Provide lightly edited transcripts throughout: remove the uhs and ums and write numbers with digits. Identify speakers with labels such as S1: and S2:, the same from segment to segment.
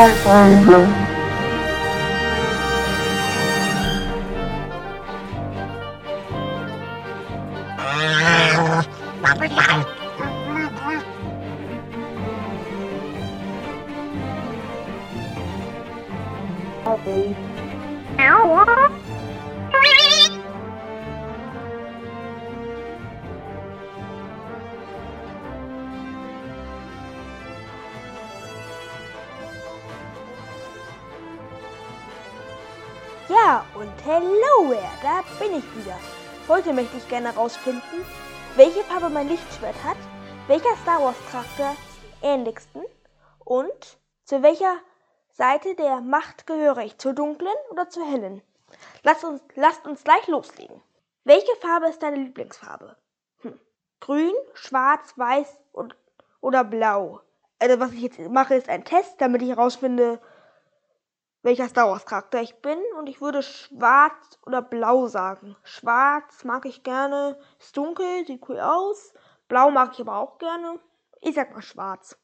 S1: Ja, und hello, da bin ich wieder. Heute möchte ich gerne herausfinden, welche Farbe mein Lichtschwert hat, welcher Star Wars Charakter ist am ähnlichsten und zu welcher Seite der Macht gehöre ich, zur dunklen oder zur hellen. Lasst uns gleich loslegen. Welche Farbe ist deine Lieblingsfarbe? Grün, schwarz, weiß oder blau? Also was ich jetzt mache, ist ein Test, damit ich herausfinde, welcher Star Wars Charakter ich bin, und ich würde schwarz oder blau sagen. Schwarz mag ich gerne, ist dunkel, sieht cool aus. Blau mag ich aber auch gerne. Ich sag mal schwarz.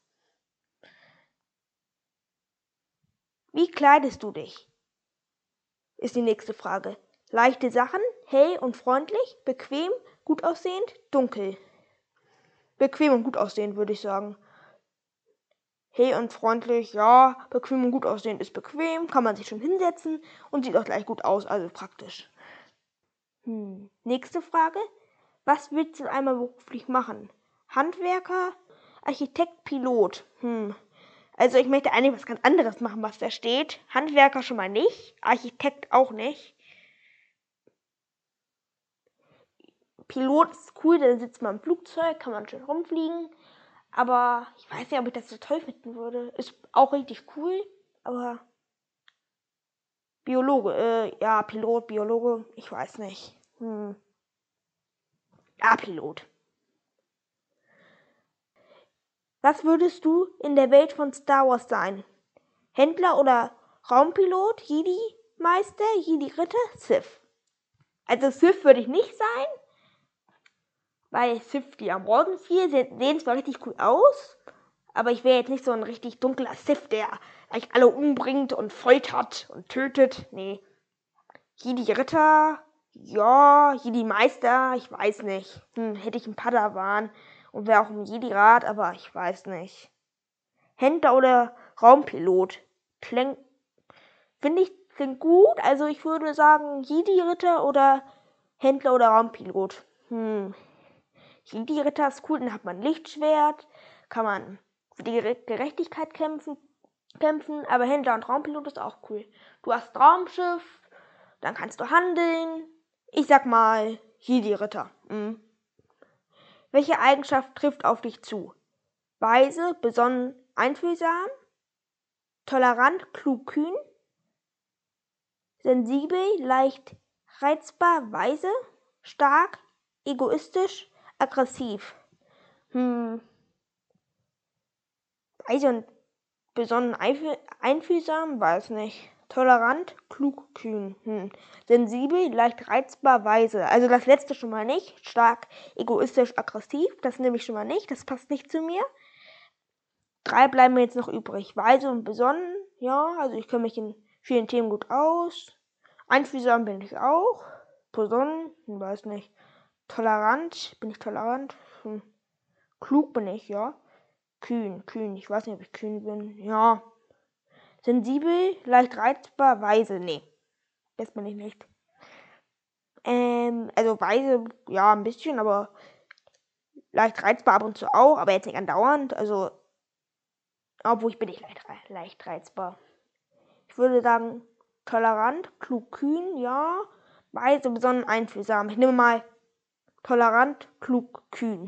S1: Wie kleidest du dich? Ist die nächste Frage. Leichte Sachen, hell und freundlich, bequem, gut aussehend, dunkel. Bequem und gut aussehend, würde ich sagen. Hell und freundlich, ja, bequem und gut aussehend ist bequem, kann man sich schon hinsetzen und sieht auch gleich gut aus, also praktisch. Nächste Frage. Was willst du einmal beruflich machen? Handwerker, Architekt, Pilot? Also ich möchte eigentlich was ganz anderes machen, was da steht. Handwerker schon mal nicht, Architekt auch nicht. Pilot ist cool, da sitzt man im Flugzeug, kann man schön rumfliegen. Aber ich weiß nicht, ob ich das so toll finden würde. Ist auch richtig cool, aber Biologe, ja, Pilot, Biologe, ich weiß nicht. Ja, Pilot. Was würdest du in der Welt von Star Wars sein? Händler oder Raumpilot, Jedi-Meister, Jedi-Ritter, Sith? Also Sith würde ich nicht sein, weil Sith, die am Morgen viel, sehen zwar richtig cool aus, aber ich wäre jetzt nicht so ein richtig dunkler Sith, der eigentlich alle umbringt und foltert und tötet. Nee. Jedi-Ritter, ja, Jedi-Meister, ich weiß nicht. Hätte ich einen Padawan und wäre auch ein Jedi-Rat, aber ich weiß nicht. Händler oder Raumpilot? Finde ich, klingt gut. Also ich würde sagen Jedi-Ritter oder Händler oder Raumpilot. Jedi-Ritter ist cool, dann hat man ein Lichtschwert, kann man für die Gerechtigkeit kämpfen, aber Händler und Raumpilot ist auch cool. Du hast Raumschiff, dann kannst du handeln. Ich sag mal Jedi-Ritter. Welche Eigenschaft trifft auf dich zu? Weise, besonnen, einfühlsam, tolerant, klug, kühn, sensibel, leicht, reizbar, weise, stark, egoistisch, aggressiv. Weise und besonnen, einfühlsam, weiß nicht. Tolerant, klug, kühn. Sensibel, leicht reizbar, weise. Also das letzte schon mal nicht. Stark, egoistisch, aggressiv. Das nehme ich schon mal nicht. Das passt nicht zu mir. 3 bleiben mir jetzt noch übrig. Weise und besonnen. Ja, also ich kenne mich in vielen Themen gut aus. Einfühlsam bin ich auch. Besonnen, weiß nicht. Tolerant, bin ich tolerant? Klug bin ich, ja. Kühn. Ich weiß nicht, ob ich kühn bin. Ja. Sensibel, leicht reizbar, weise. Nee, das bin ich nicht. Also weise, ja, ein bisschen, aber leicht reizbar ab und zu auch, aber jetzt nicht andauernd. Also, obwohl ich bin nicht leicht reizbar. Ich würde sagen, tolerant, klug, kühn, ja. Weise, besonnen, einfühlsam. Ich nehme mal tolerant, klug, kühn.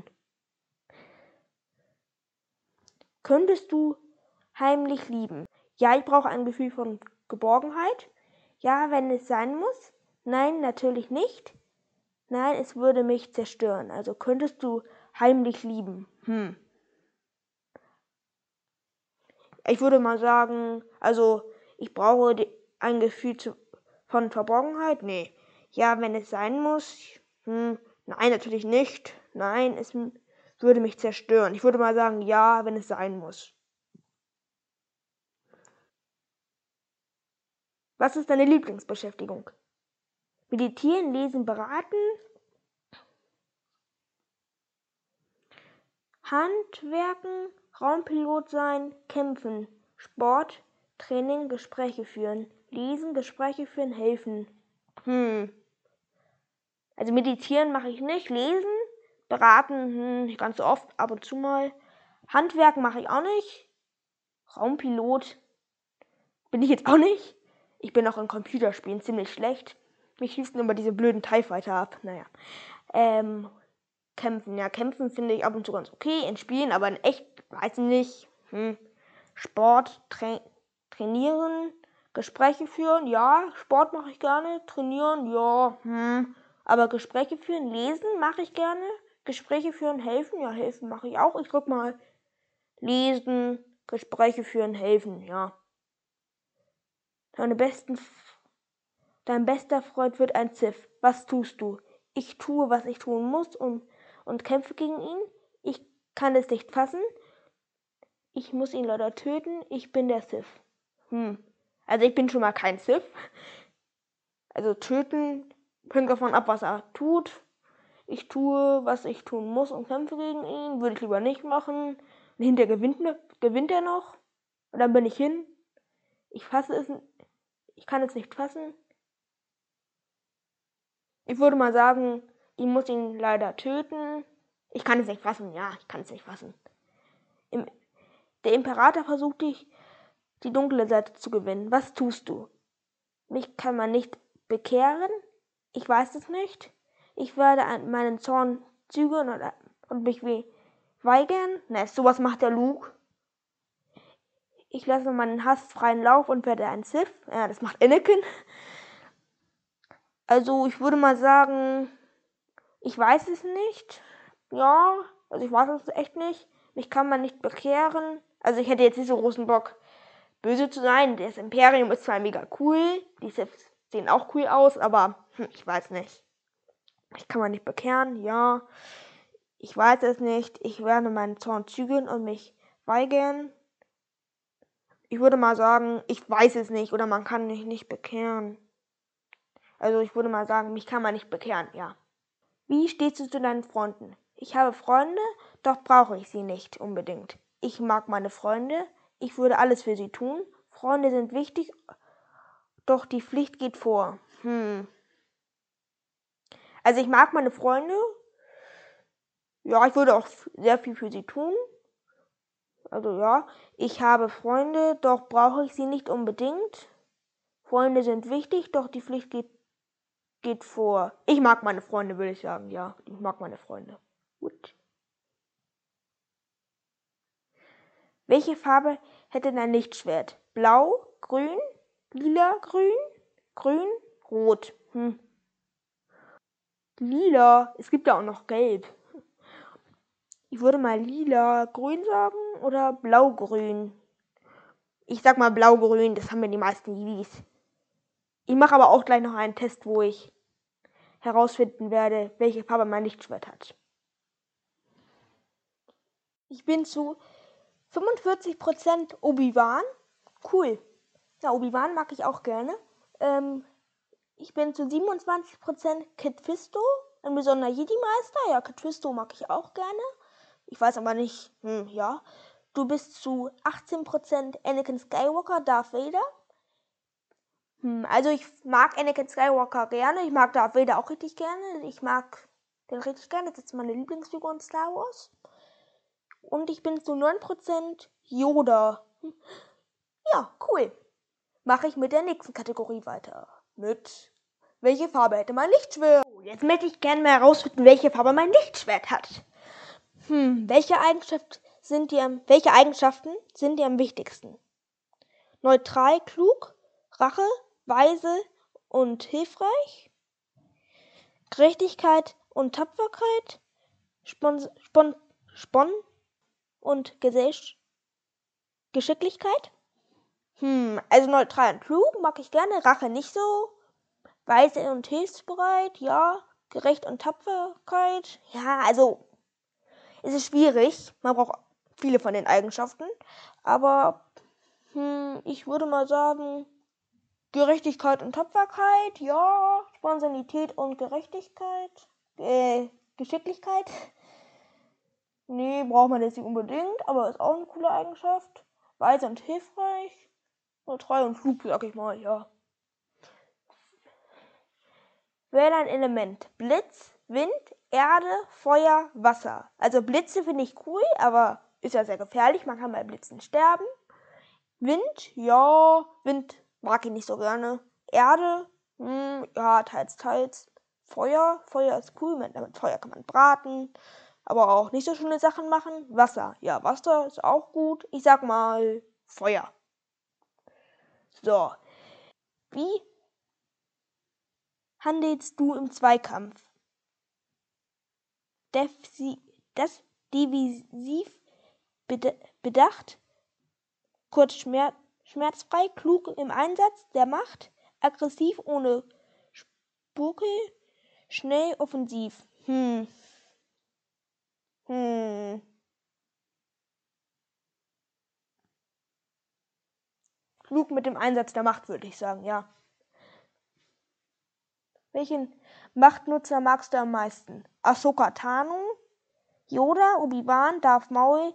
S1: Könntest du heimlich lieben? Ja, ich brauche ein Gefühl von Geborgenheit. Ja, wenn es sein muss. Nein, natürlich nicht. Nein, es würde mich zerstören. Also könntest du heimlich lieben? Ich würde mal sagen, also ich brauche ein Gefühl von Verborgenheit. Nee. Ja, wenn es sein muss. Nein, natürlich nicht. Nein, es würde mich zerstören. Ich würde mal sagen, ja, wenn es sein muss. Was ist deine Lieblingsbeschäftigung? Meditieren, lesen, beraten, Handwerken, Raumpilot sein, kämpfen, Sport, Training, Gespräche führen, lesen, Gespräche führen, helfen. Also meditieren mache ich nicht, lesen, beraten, nicht ganz so oft, ab und zu mal. Handwerken mache ich auch nicht. Raumpilot bin ich jetzt auch nicht. Ich bin auch in Computerspielen ziemlich schlecht. Mich schießen immer diese blöden TIE Fighter ab. Naja. Kämpfen. Ja, kämpfen finde ich ab und zu ganz okay. In Spielen, aber in echt, weiß ich nicht. Sport, trainieren, Gespräche führen. Ja, Sport mache ich gerne. Trainieren, ja. Aber Gespräche führen, lesen mache ich gerne. Gespräche führen, helfen. Ja, helfen mache ich auch. Ich drück mal lesen, Gespräche führen, helfen. Ja. Dein bester Freund wird ein Ziff. Was tust du? Ich tue, was ich tun muss und kämpfe gegen ihn. Ich kann es nicht fassen. Ich muss ihn leider töten. Ich bin der Sith. Also ich bin schon mal kein Sith. Also töten hängt davon ab, was er tut. Ich tue, was ich tun muss und kämpfe gegen ihn. Würde ich lieber nicht machen. Und hinterher gewinnt er noch. Und dann bin ich hin. Ich kann es nicht fassen. Ich würde mal sagen, ich muss ihn leider töten. Ich kann es nicht fassen. Ja, ich kann es nicht fassen. Der Imperator versucht dich, die dunkle Seite zu gewinnen. Was tust du? Mich kann man nicht bekehren. Ich weiß es nicht. Ich werde an meinen Zorn zügeln und mich weigern. Sowas macht der Luke. Ich lasse meinen Hass freien Lauf und werde ein Sith. Ja, das macht Anakin. Also ich würde mal sagen, ich weiß es nicht. Ja, also ich weiß es echt nicht. Mich kann man nicht bekehren. Also ich hätte jetzt nicht so großen Bock, böse zu sein. Das Imperium ist zwar mega cool, die Siths sehen auch cool aus, aber ich weiß nicht. Ich kann man nicht bekehren, ja. Ich weiß es nicht. Ich werde meinen Zorn zügeln und mich weigern. Ich würde mal sagen, ich weiß es nicht oder man kann mich nicht bekehren. Also ich würde mal sagen, mich kann man nicht bekehren, ja. Wie stehst du zu deinen Freunden? Ich habe Freunde, doch brauche ich sie nicht unbedingt. Ich mag meine Freunde, ich würde alles für sie tun. Freunde sind wichtig, doch die Pflicht geht vor. Also ich mag meine Freunde. Ja, ich würde auch sehr viel für sie tun. Also ja, ich habe Freunde, doch brauche ich sie nicht unbedingt. Freunde sind wichtig, doch die Pflicht geht vor. Ich mag meine Freunde, würde ich sagen. Ja, ich mag meine Freunde. Gut. Welche Farbe hätte dein Lichtschwert? Blau, grün, lila, grün, rot. Lila. Es gibt ja auch noch gelb. Ich würde mal lila, grün sagen oder blau-grün. Ich sag mal blau-grün, das haben ja die meisten Jedis. Ich mache aber auch gleich noch einen Test, wo ich herausfinden werde, welche Farbe mein Lichtschwert hat. Ich bin zu 45% Obi-Wan. Cool. Ja, Obi-Wan mag ich auch gerne. Ich bin zu 27% Kit Fisto, ein besonderer Jedi-Meister. Ja, Kit Fisto mag ich auch gerne. Ich weiß aber nicht, ja. Du bist zu 18% Anakin Skywalker, Darth Vader. Also ich mag Anakin Skywalker gerne. Ich mag Darth Vader auch richtig gerne. Ich mag den richtig gerne. Das ist meine Lieblingsfigur in Star Wars. Und ich bin zu 9% Yoda. Ja, cool. Mache ich mit der nächsten Kategorie weiter. Mit welche Farbe hätte mein Lichtschwert? Jetzt möchte ich gerne mal herausfinden, welche Farbe mein Lichtschwert hat. Welche Eigenschaften sind dir am wichtigsten? Neutral, klug, Rache, weise und hilfreich, Gerechtigkeit und Tapferkeit, Spon und Geschicklichkeit. Also neutral und klug mag ich gerne, Rache nicht so, weise und hilfsbereit, ja, gerecht und Tapferkeit, ja, also es ist schwierig, man braucht viele von den Eigenschaften, aber ich würde mal sagen, Gerechtigkeit und Tapferkeit, ja. Spontanität und Gerechtigkeit. Geschicklichkeit. Nee, braucht man jetzt nicht unbedingt, aber ist auch eine coole Eigenschaft. Weise und hilfreich. Treu und klug, sag ich mal, ja. Wähle ein Element. Blitz, Wind, Erde, Feuer, Wasser. Also Blitze finde ich cool, aber ist ja sehr gefährlich. Man kann bei Blitzen sterben. Wind, ja. Wind mag ich nicht so gerne. Erde, ja, teils. Feuer ist cool. Mit Feuer kann man braten, aber auch nicht so schöne Sachen machen. Wasser, ja, Wasser ist auch gut. Ich sag mal Feuer. So. Wie handelst du im Zweikampf? Defensiv bedacht, kurz schmerzfrei, klug im Einsatz der Macht, aggressiv ohne Spukel, schnell offensiv. Klug mit dem Einsatz der Macht, würde ich sagen, ja. Welchen Machtnutzer magst du am meisten? Ahsoka Tano, Yoda, Obi-Wan, Darth Maul,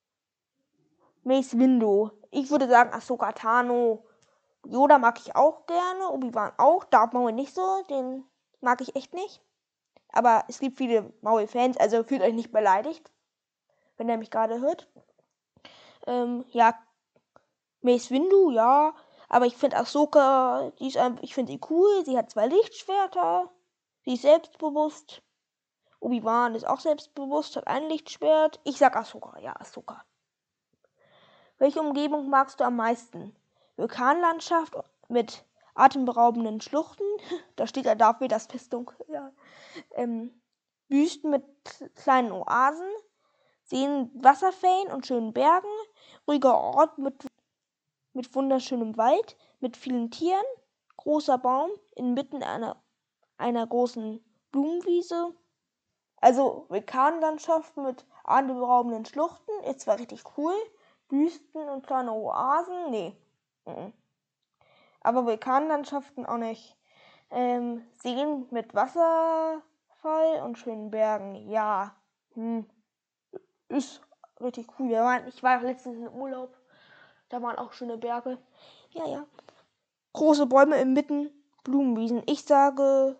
S1: Mace Windu. Ich würde sagen Ahsoka Tano. Yoda mag ich auch gerne, Obi-Wan auch, Darth Maul nicht so, den mag ich echt nicht. Aber es gibt viele Maul-Fans, also fühlt euch nicht beleidigt, wenn er mich gerade hört. Ja, Mace Windu, ja, aber ich finde Ahsoka, ich finde sie cool, sie hat 2 Lichtschwerter, sie ist selbstbewusst. Obi-Wan ist auch selbstbewusst, hat ein Lichtschwert. Ich sag Ahsoka, ja, Ahsoka. Welche Umgebung magst du am meisten? Vulkanlandschaft mit atemberaubenden Schluchten. Da steht ja Darth Vaders Festung. Ja. Wüsten mit kleinen Oasen. Seen, Wasserfällen und schönen Bergen. Ruhiger Ort mit wunderschönem Wald. Mit vielen Tieren. Großer Baum inmitten einer großen Blumenwiese. Also Vulkanlandschaft mit atemberaubenden Schluchten ist zwar richtig cool. Wüsten und kleine Oasen, nee. Aber Vulkanlandschaften auch nicht. Seen mit Wasserfall und schönen Bergen, ja. Ist richtig cool. Ich war letztens im Urlaub. Da waren auch schöne Berge. Ja. Große Bäume inmitten, Blumenwiesen. Ich sage,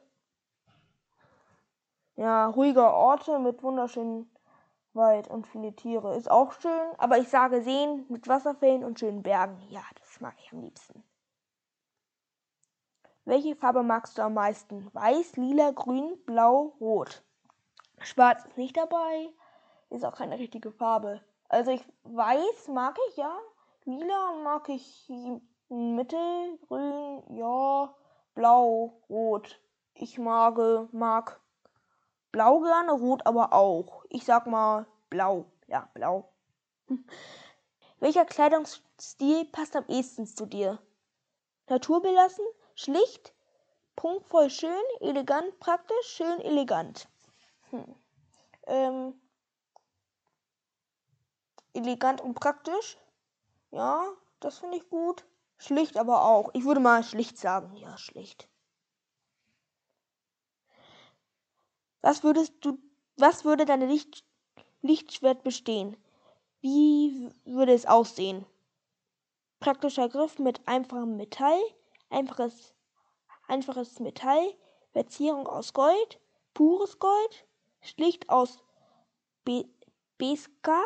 S1: ja, ruhige Orte mit wunderschönen Wald und viele Tiere. Ist auch schön, aber ich sage Seen mit Wasserfällen und schönen Bergen. Ja, das mag ich am liebsten. Welche Farbe magst du am meisten? Weiß, lila, grün, blau, rot. Schwarz ist nicht dabei. Ist auch keine richtige Farbe. Also weiß mag ich, ja. Lila mag ich mittelgrün, ja. Blau, rot. Ich mag blau gerne, rot aber auch. Ich sag mal blau. Ja, blau. Welcher Kleidungsstil passt am ehesten zu dir? Naturbelassen, schlicht, prunkvoll schön, elegant praktisch, schön elegant. Elegant und praktisch. Ja, das finde ich gut. Schlicht aber auch. Ich würde mal schlicht sagen. Ja, schlicht. Was würde deine Lichtschwert bestehen? Wie würde es aussehen? Praktischer Griff mit einfachem Metall, einfaches Metall, Verzierung aus Gold, pures Gold, schlicht aus Beskar,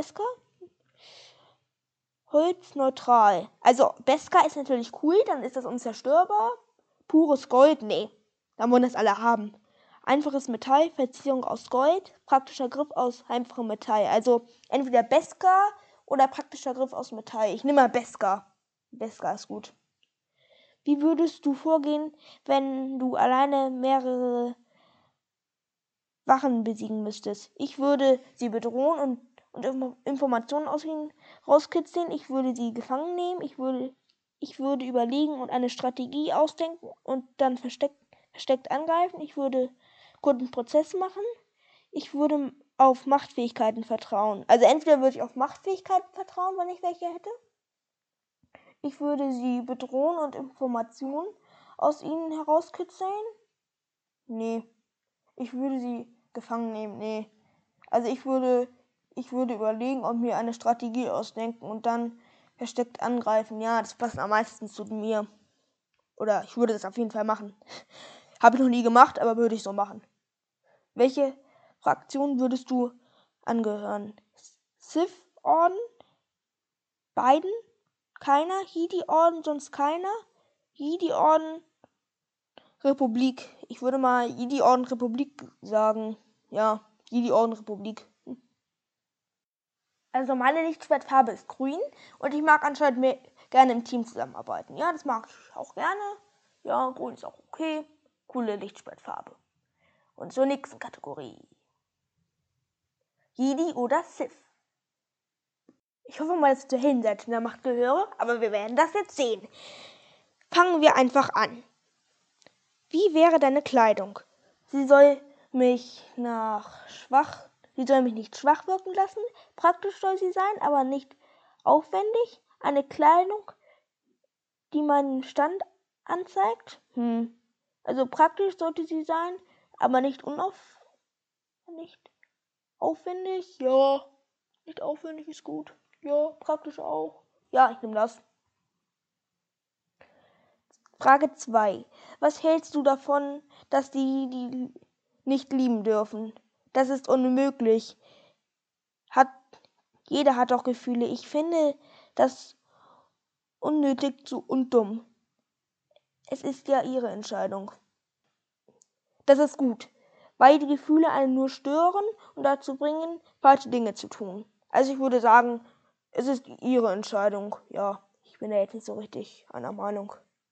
S1: Holz neutral. Also Beskar ist natürlich cool, dann ist das unzerstörbar. Pures Gold, nee. Dann wollen das alle haben. Einfaches Metall, Verzierung aus Gold, praktischer Griff aus einfachem Metall. Also entweder Beskar oder praktischer Griff aus Metall. Ich nehme mal Beskar. Beskar ist gut. Wie würdest du vorgehen, wenn du alleine mehrere Wachen besiegen müsstest? Ich würde sie bedrohen und Informationen aus ihnen rauskitzeln. Ich würde sie gefangen nehmen. Ich würde überlegen und eine Strategie ausdenken und dann versteckt angreifen. Ich würde guten Prozess machen. Ich würde auf Machtfähigkeiten vertrauen. Also entweder würde ich auf Machtfähigkeiten vertrauen, wenn ich welche hätte. Ich würde sie bedrohen und Informationen aus ihnen herauskitzeln. Nee. Ich würde sie gefangen nehmen. Nee. Also ich würde überlegen und mir eine Strategie ausdenken und dann versteckt angreifen. Ja, das passt am meisten zu mir. Oder ich würde das auf jeden Fall machen. Habe ich noch nie gemacht, aber würde ich so machen. Welche Fraktion würdest du angehören? Sith-Orden? Beiden? Keiner? Jedi-Orden? Sonst keiner? Jedi-Orden? Republik. Ich würde mal Jedi-Orden Republik sagen. Ja, Jedi-Orden Republik. Also meine Lichtschwertfarbe ist grün und ich mag anscheinend gerne im Team zusammenarbeiten. Ja, das mag ich auch gerne. Ja, grün ist auch okay. Coole Lichtschwertfarbe. Und zur nächsten Kategorie. Jedi oder Sith? Ich hoffe mal, dass ich zur hellen Seite der Macht gehöre, aber wir werden das jetzt sehen. Fangen wir einfach an. Wie wäre deine Kleidung? Sie soll mich nicht schwach wirken lassen. Praktisch soll sie sein, aber nicht aufwendig. Eine Kleidung, die meinen Stand anzeigt. Also praktisch sollte sie sein, aber nicht aufwendig. Ja, nicht aufwendig ist gut. Ja, praktisch auch. Ja, ich nehme das. Frage 2. Was hältst du davon, dass die nicht lieben dürfen? Das ist unmöglich. Jeder hat doch Gefühle. Ich finde das unnötig und dumm. Es ist ja ihre Entscheidung. Das ist gut, weil die Gefühle einen nur stören und dazu bringen, falsche Dinge zu tun. Also ich würde sagen, es ist ihre Entscheidung. Ja, ich bin da jetzt nicht so richtig einer Meinung.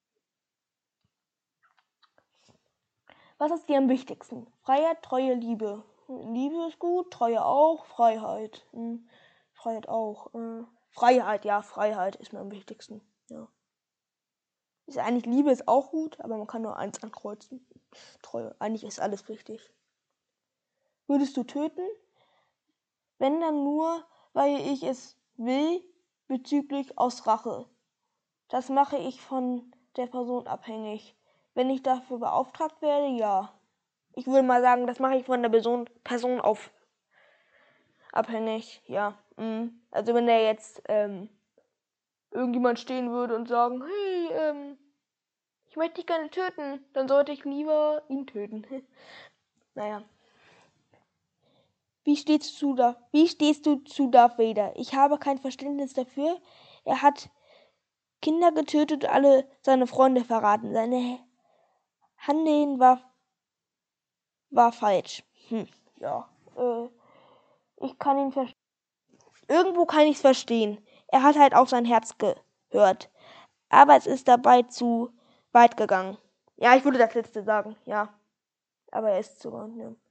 S1: Was ist dir am wichtigsten? Freiheit, Treue, Liebe. Liebe ist gut, Treue auch, Freiheit. Freiheit auch. Freiheit ist mir am wichtigsten. Ja. Liebe ist auch gut, aber man kann nur eins ankreuzen. Treue. Eigentlich ist alles wichtig. Würdest du töten? Wenn dann nur, weil ich es will, bezüglich aus Rache. Das mache ich von der Person abhängig. Wenn ich dafür beauftragt werde, ja. Ich würde mal sagen, das mache ich von der Person abhängig, ja. Also wenn da jetzt irgendjemand stehen würde und sagen, hey, ich möchte dich gerne töten, dann sollte ich lieber ihn töten. Naja. Wie stehst du zu Darth Vader? Ich habe kein Verständnis dafür. Er hat Kinder getötet und alle seine Freunde verraten. Seine Handeln war falsch. Ja. Ich kann ihn verstehen. Irgendwo kann ich es verstehen. Er hat halt auf sein Herz gehört. Aber es ist dabei zu weit gegangen. Ja, ich würde das letzte sagen, ja. Aber er ist zu weit, ja.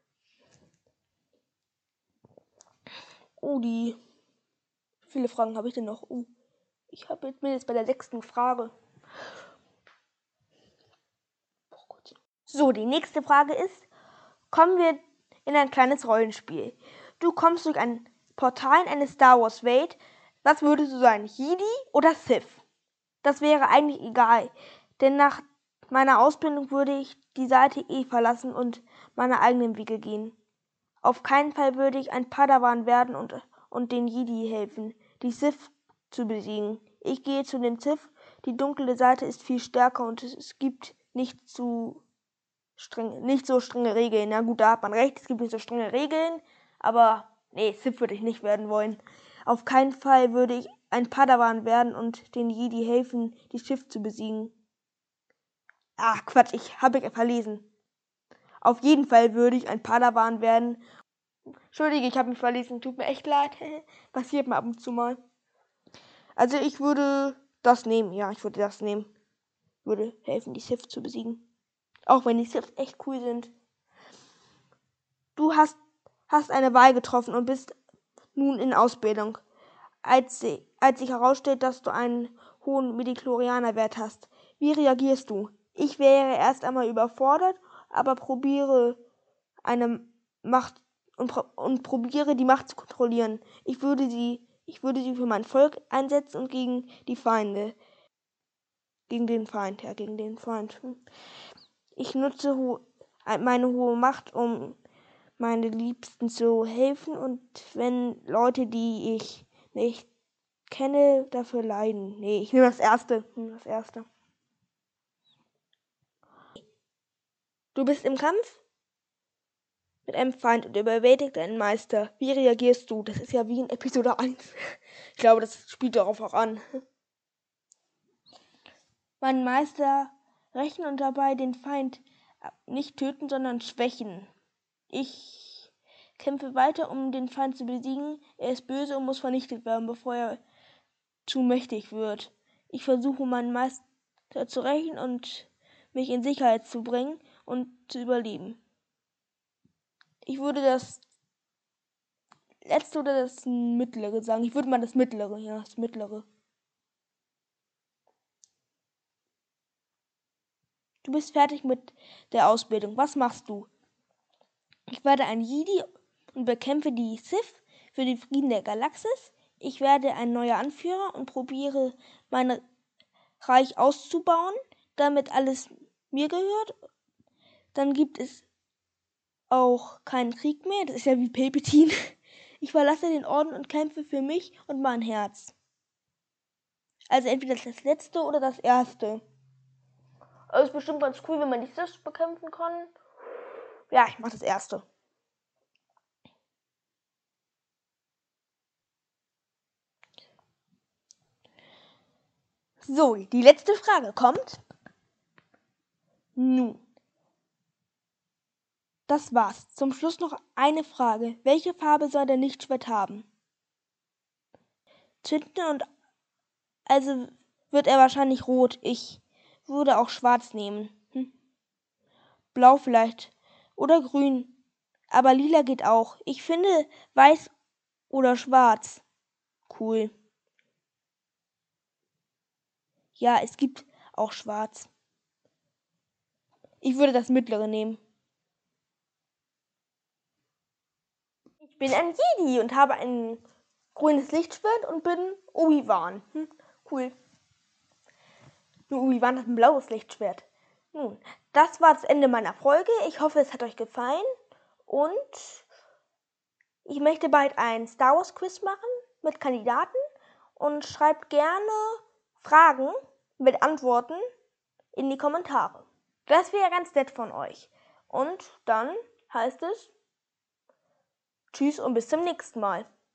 S1: Wie viele Fragen habe ich denn noch? Bin jetzt bei der 6. Frage. So, die nächste Frage ist, kommen wir in ein kleines Rollenspiel. Du kommst durch ein Portal in eine Star Wars Welt. Was würdest du sein, Jedi oder Sith? Das wäre eigentlich egal, denn nach meiner Ausbildung würde ich die Seite verlassen und meine eigenen Wege gehen. Auf keinen Fall würde ich ein Padawan werden und den Jedi helfen, die Sith zu besiegen. Ich gehe zu den Sith, die dunkle Seite ist viel stärker und es gibt nicht so strenge Regeln. Na gut, da hat man recht, es gibt nicht so strenge Regeln, aber nee, Sith würde ich nicht werden wollen. Auf keinen Fall würde ich ein Padawan werden und den Jedi helfen, die Sith zu besiegen. Quatsch, habe ich verlesen. Auf jeden Fall würde ich ein Padawan werden. Entschuldige, ich habe mich verlesen, tut mir echt leid. Passiert mir ab und zu mal. Also ich würde das nehmen, ich würde das nehmen. Würde helfen, die Sith zu besiegen. Auch wenn die Sith echt cool sind. Du hast eine Wahl getroffen und bist nun in Ausbildung. Als sich herausstellt, dass du einen hohen Midichlorianer-Wert hast. Wie reagierst du? Ich wäre erst einmal überfordert, aber probiere die Macht zu kontrollieren. Ich würde sie Ich würde sie für mein Volk einsetzen und gegen die Feinde. Gegen den Feind. Ich nutze meine hohe Macht, um meine Liebsten zu helfen und wenn Leute, die ich nicht kenne, dafür leiden. Nee, ich nehme das Erste. Du bist im Kampf mit einem Feind und überwältigt einen Meister. Wie reagierst du? Das ist ja wie in Episode 1. Ich glaube, das spielt darauf auch an. Mein Meister rächen und dabei den Feind nicht töten, sondern schwächen. Ich kämpfe weiter, um den Feind zu besiegen. Er ist böse und muss vernichtet werden, bevor er zu mächtig wird. Ich versuche, meinen Meister zu rächen und mich in Sicherheit zu bringen und zu überleben. Ich würde das letzte oder das mittlere sagen. Ich würde mal das mittlere, ja, das mittlere. Du bist fertig mit der Ausbildung. Was machst du? Ich werde ein Jedi und bekämpfe die Sith für den Frieden der Galaxis. Ich werde ein neuer Anführer und probiere, mein Reich auszubauen, damit alles mir gehört. Dann gibt es auch keinen Krieg mehr. Das ist ja wie Palpatine. Ich verlasse den Orden und kämpfe für mich und mein Herz. Also entweder das letzte oder das erste. Also ist bestimmt ganz cool, wenn man die Sith bekämpfen kann. Ja, ich mache das erste. So, die letzte Frage kommt. Nun. Das war's. Zum Schluss noch eine Frage. Welche Farbe soll der Lichtschwert haben? Tinte und also wird er wahrscheinlich rot. Ich würde auch schwarz nehmen. Blau vielleicht. Oder grün. Aber lila geht auch. Ich finde weiß oder schwarz. Cool. Ja, es gibt auch schwarz. Ich würde das mittlere nehmen. Ich bin ein Jedi und habe ein grünes Lichtschwert und bin Obi-Wan. Cool. Nur Obi-Wan hat ein blaues Lichtschwert. Nun, das war das Ende meiner Folge. Ich hoffe, es hat euch gefallen. Und ich möchte bald ein Star Wars Quiz machen mit Kandidaten. Und schreibt gerne Fragen mit Antworten in die Kommentare. Das wäre ganz nett von euch. Und dann heißt es Tschüss und bis zum nächsten Mal.